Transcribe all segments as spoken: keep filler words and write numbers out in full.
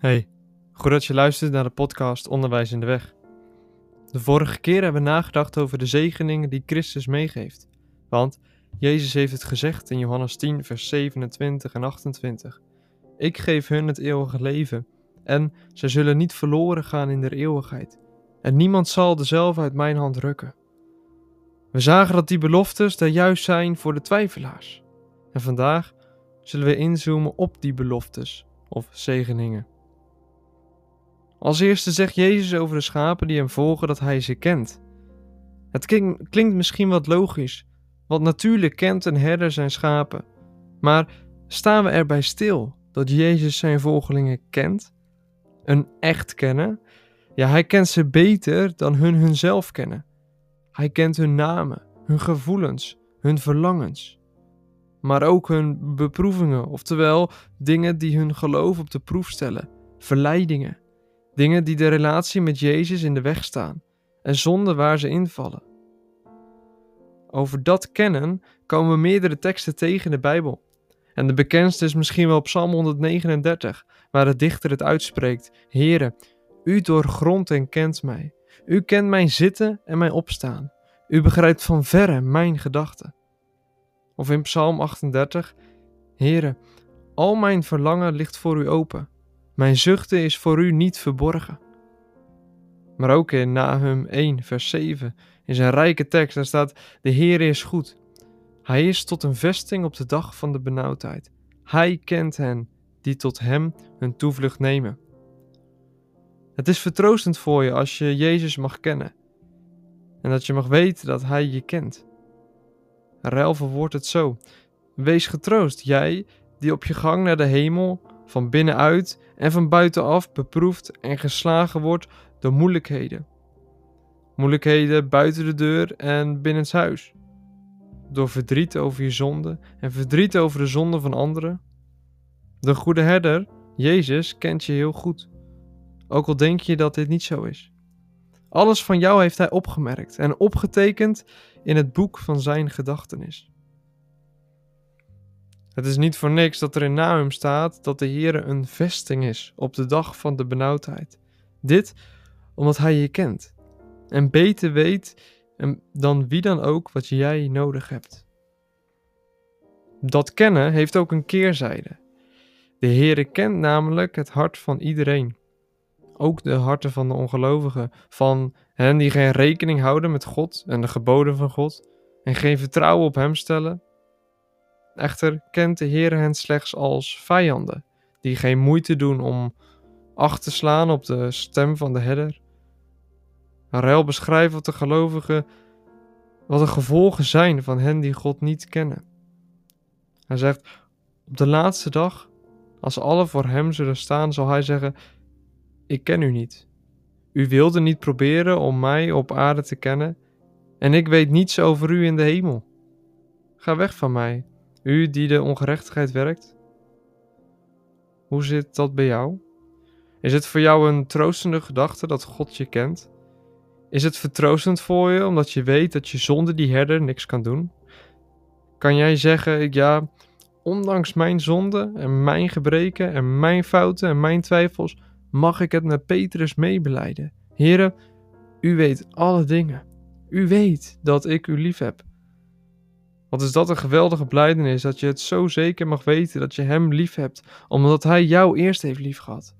Hey, goed dat je luistert naar de podcast Onderwijs in de Weg. De vorige keer hebben we nagedacht over de zegeningen die Christus meegeeft. Want Jezus heeft het gezegd in Johannes tien vers zevenentwintig en achtentwintig. Ik geef hun het eeuwige leven en zij zullen niet verloren gaan in der eeuwigheid. En niemand zal dezelfde uit mijn hand rukken. We zagen dat die beloftes daar juist zijn voor de twijfelaars. En vandaag zullen we inzoomen op die beloftes of zegeningen. Als eerste zegt Jezus over de schapen die hem volgen dat hij ze kent. Het klinkt, klinkt misschien wat logisch, want natuurlijk kent een herder zijn schapen. Maar staan we erbij stil dat Jezus zijn volgelingen kent? Een echt kennen? Ja, hij kent ze beter dan hun hunzelf kennen. Hij kent hun namen, hun gevoelens, hun verlangens. Maar ook hun beproevingen, oftewel dingen die hun geloof op de proef stellen, verleidingen. Dingen die de relatie met Jezus in de weg staan en zonden waar ze invallen. Over dat kennen komen we meerdere teksten tegen in de Bijbel. En de bekendste is misschien wel Psalm honderdnegenendertig, waar de dichter het uitspreekt. Heere, u doorgrondt en kent mij. U kent mijn zitten en mijn opstaan. U begrijpt van verre mijn gedachten. Of in Psalm achtendertig. Heere, al mijn verlangen ligt voor u open. Mijn zuchten is voor u niet verborgen. Maar ook in Nahum één vers zeven is een rijke tekst. Daar staat, de Heer is goed. Hij is tot een vesting op de dag van de benauwdheid. Hij kent hen die tot hem hun toevlucht nemen. Het is vertroostend voor je als je Jezus mag kennen. En dat je mag weten dat hij je kent. Ruil verwoordt het zo. Wees getroost, jij die op je gang naar de hemel van binnenuit en van buitenaf beproefd en geslagen wordt door moeilijkheden. Moeilijkheden buiten de deur en binnenshuis. Door verdriet over je zonde en verdriet over de zonde van anderen. De goede herder, Jezus, kent je heel goed. Ook al denk je dat dit niet zo is. Alles van jou heeft hij opgemerkt en opgetekend in het boek van zijn gedachtenis. Het is niet voor niks dat er in Nahum staat dat de Heere een vesting is op de dag van de benauwdheid. Dit omdat hij je kent en beter weet dan wie dan ook wat jij nodig hebt. Dat kennen heeft ook een keerzijde. De Heere kent namelijk het hart van iedereen. Ook de harten van de ongelovigen, van hen die geen rekening houden met God en de geboden van God en geen vertrouwen op hem stellen. Echter kent de Heer hen slechts als vijanden, die geen moeite doen om acht te slaan op de stem van de herder. Ruil beschrijft wat de gelovigen, wat de gevolgen zijn van hen die God niet kennen. Hij zegt, op de laatste dag, als alle voor hem zullen staan, zal hij zeggen, ik ken u niet. U wilde niet proberen om mij op aarde te kennen en ik weet niets over u in de hemel. Ga weg van mij, u die de ongerechtigheid werkt. Hoe zit dat bij jou? Is het voor jou een troostende gedachte dat God je kent? Is het vertroostend voor je omdat je weet dat je zonder die herder niks kan doen? Kan jij zeggen, ja, ondanks mijn zonde en mijn gebreken en mijn fouten en mijn twijfels, mag ik het met Petrus meebelijden? Heere, u weet alle dingen. U weet dat ik u lief heb. Wat is dat een geweldige belijdenis, dat je het zo zeker mag weten dat je hem lief hebt, omdat hij jou eerst heeft lief gehad.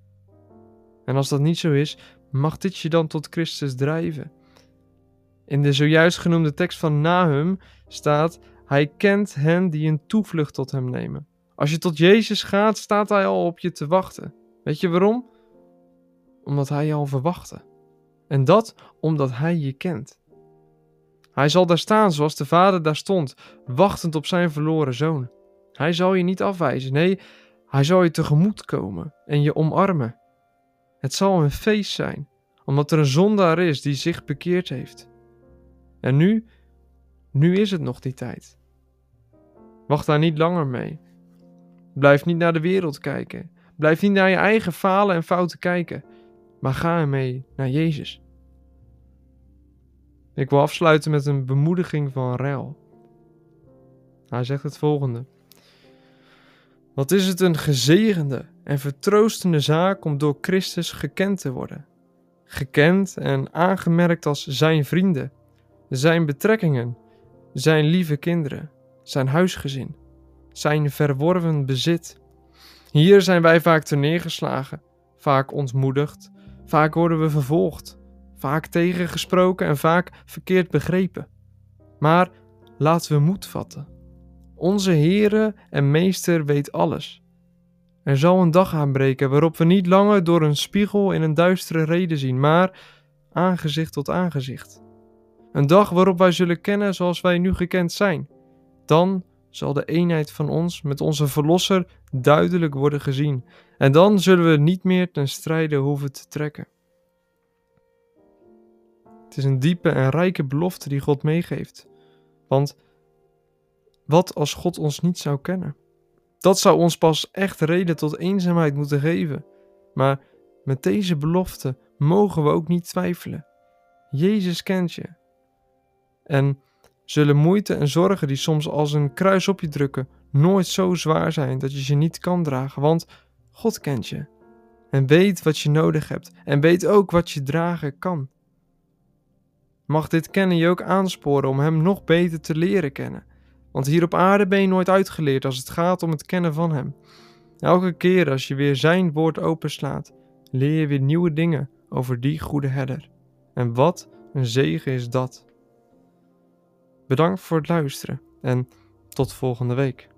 En als dat niet zo is, mag dit je dan tot Christus drijven. In de zojuist genoemde tekst van Nahum staat, hij kent hen die een toevlucht tot hem nemen. Als je tot Jezus gaat, staat hij al op je te wachten. Weet je waarom? Omdat hij je al verwachtte. En dat omdat hij je kent. Hij zal daar staan zoals de vader daar stond, wachtend op zijn verloren zoon. Hij zal je niet afwijzen, nee, hij zal je tegemoet komen en je omarmen. Het zal een feest zijn, omdat er een zondaar is die zich bekeerd heeft. En nu, nu is het nog die tijd. Wacht daar niet langer mee. Blijf niet naar de wereld kijken. Blijf niet naar je eigen falen en fouten kijken, maar ga ermee naar Jezus. Ik wil afsluiten met een bemoediging van Ruil. Hij zegt het volgende. Wat is het een gezegende en vertroostende zaak om door Christus gekend te worden. Gekend en aangemerkt als zijn vrienden, zijn betrekkingen, zijn lieve kinderen, zijn huisgezin, zijn verworven bezit. Hier zijn wij vaak terneergeslagen, vaak ontmoedigd, vaak worden we vervolgd, vaak tegengesproken en vaak verkeerd begrepen. Maar laten we moed vatten. Onze Heere en Meester weet alles. Er zal een dag aanbreken waarop we niet langer door een spiegel in een duistere reden zien, maar aangezicht tot aangezicht. Een dag waarop wij zullen kennen zoals wij nu gekend zijn. Dan zal de eenheid van ons met onze Verlosser duidelijk worden gezien. En dan zullen we niet meer ten strijde hoeven te trekken. Het is een diepe en rijke belofte die God meegeeft. Want wat als God ons niet zou kennen? Dat zou ons pas echt reden tot eenzaamheid moeten geven. Maar met deze belofte mogen we ook niet twijfelen. Jezus kent je. En zullen moeite en zorgen die soms als een kruis op je drukken nooit zo zwaar zijn dat je ze niet kan dragen, want God kent je. En weet wat je nodig hebt en weet ook wat je dragen kan. Mag dit kennen je ook aansporen om Hem nog beter te leren kennen. Want hier op aarde ben je nooit uitgeleerd als het gaat om het kennen van Hem. Elke keer als je weer Zijn woord openslaat, leer je weer nieuwe dingen over die goede herder. En wat een zegen is dat. Bedankt voor het luisteren en tot volgende week.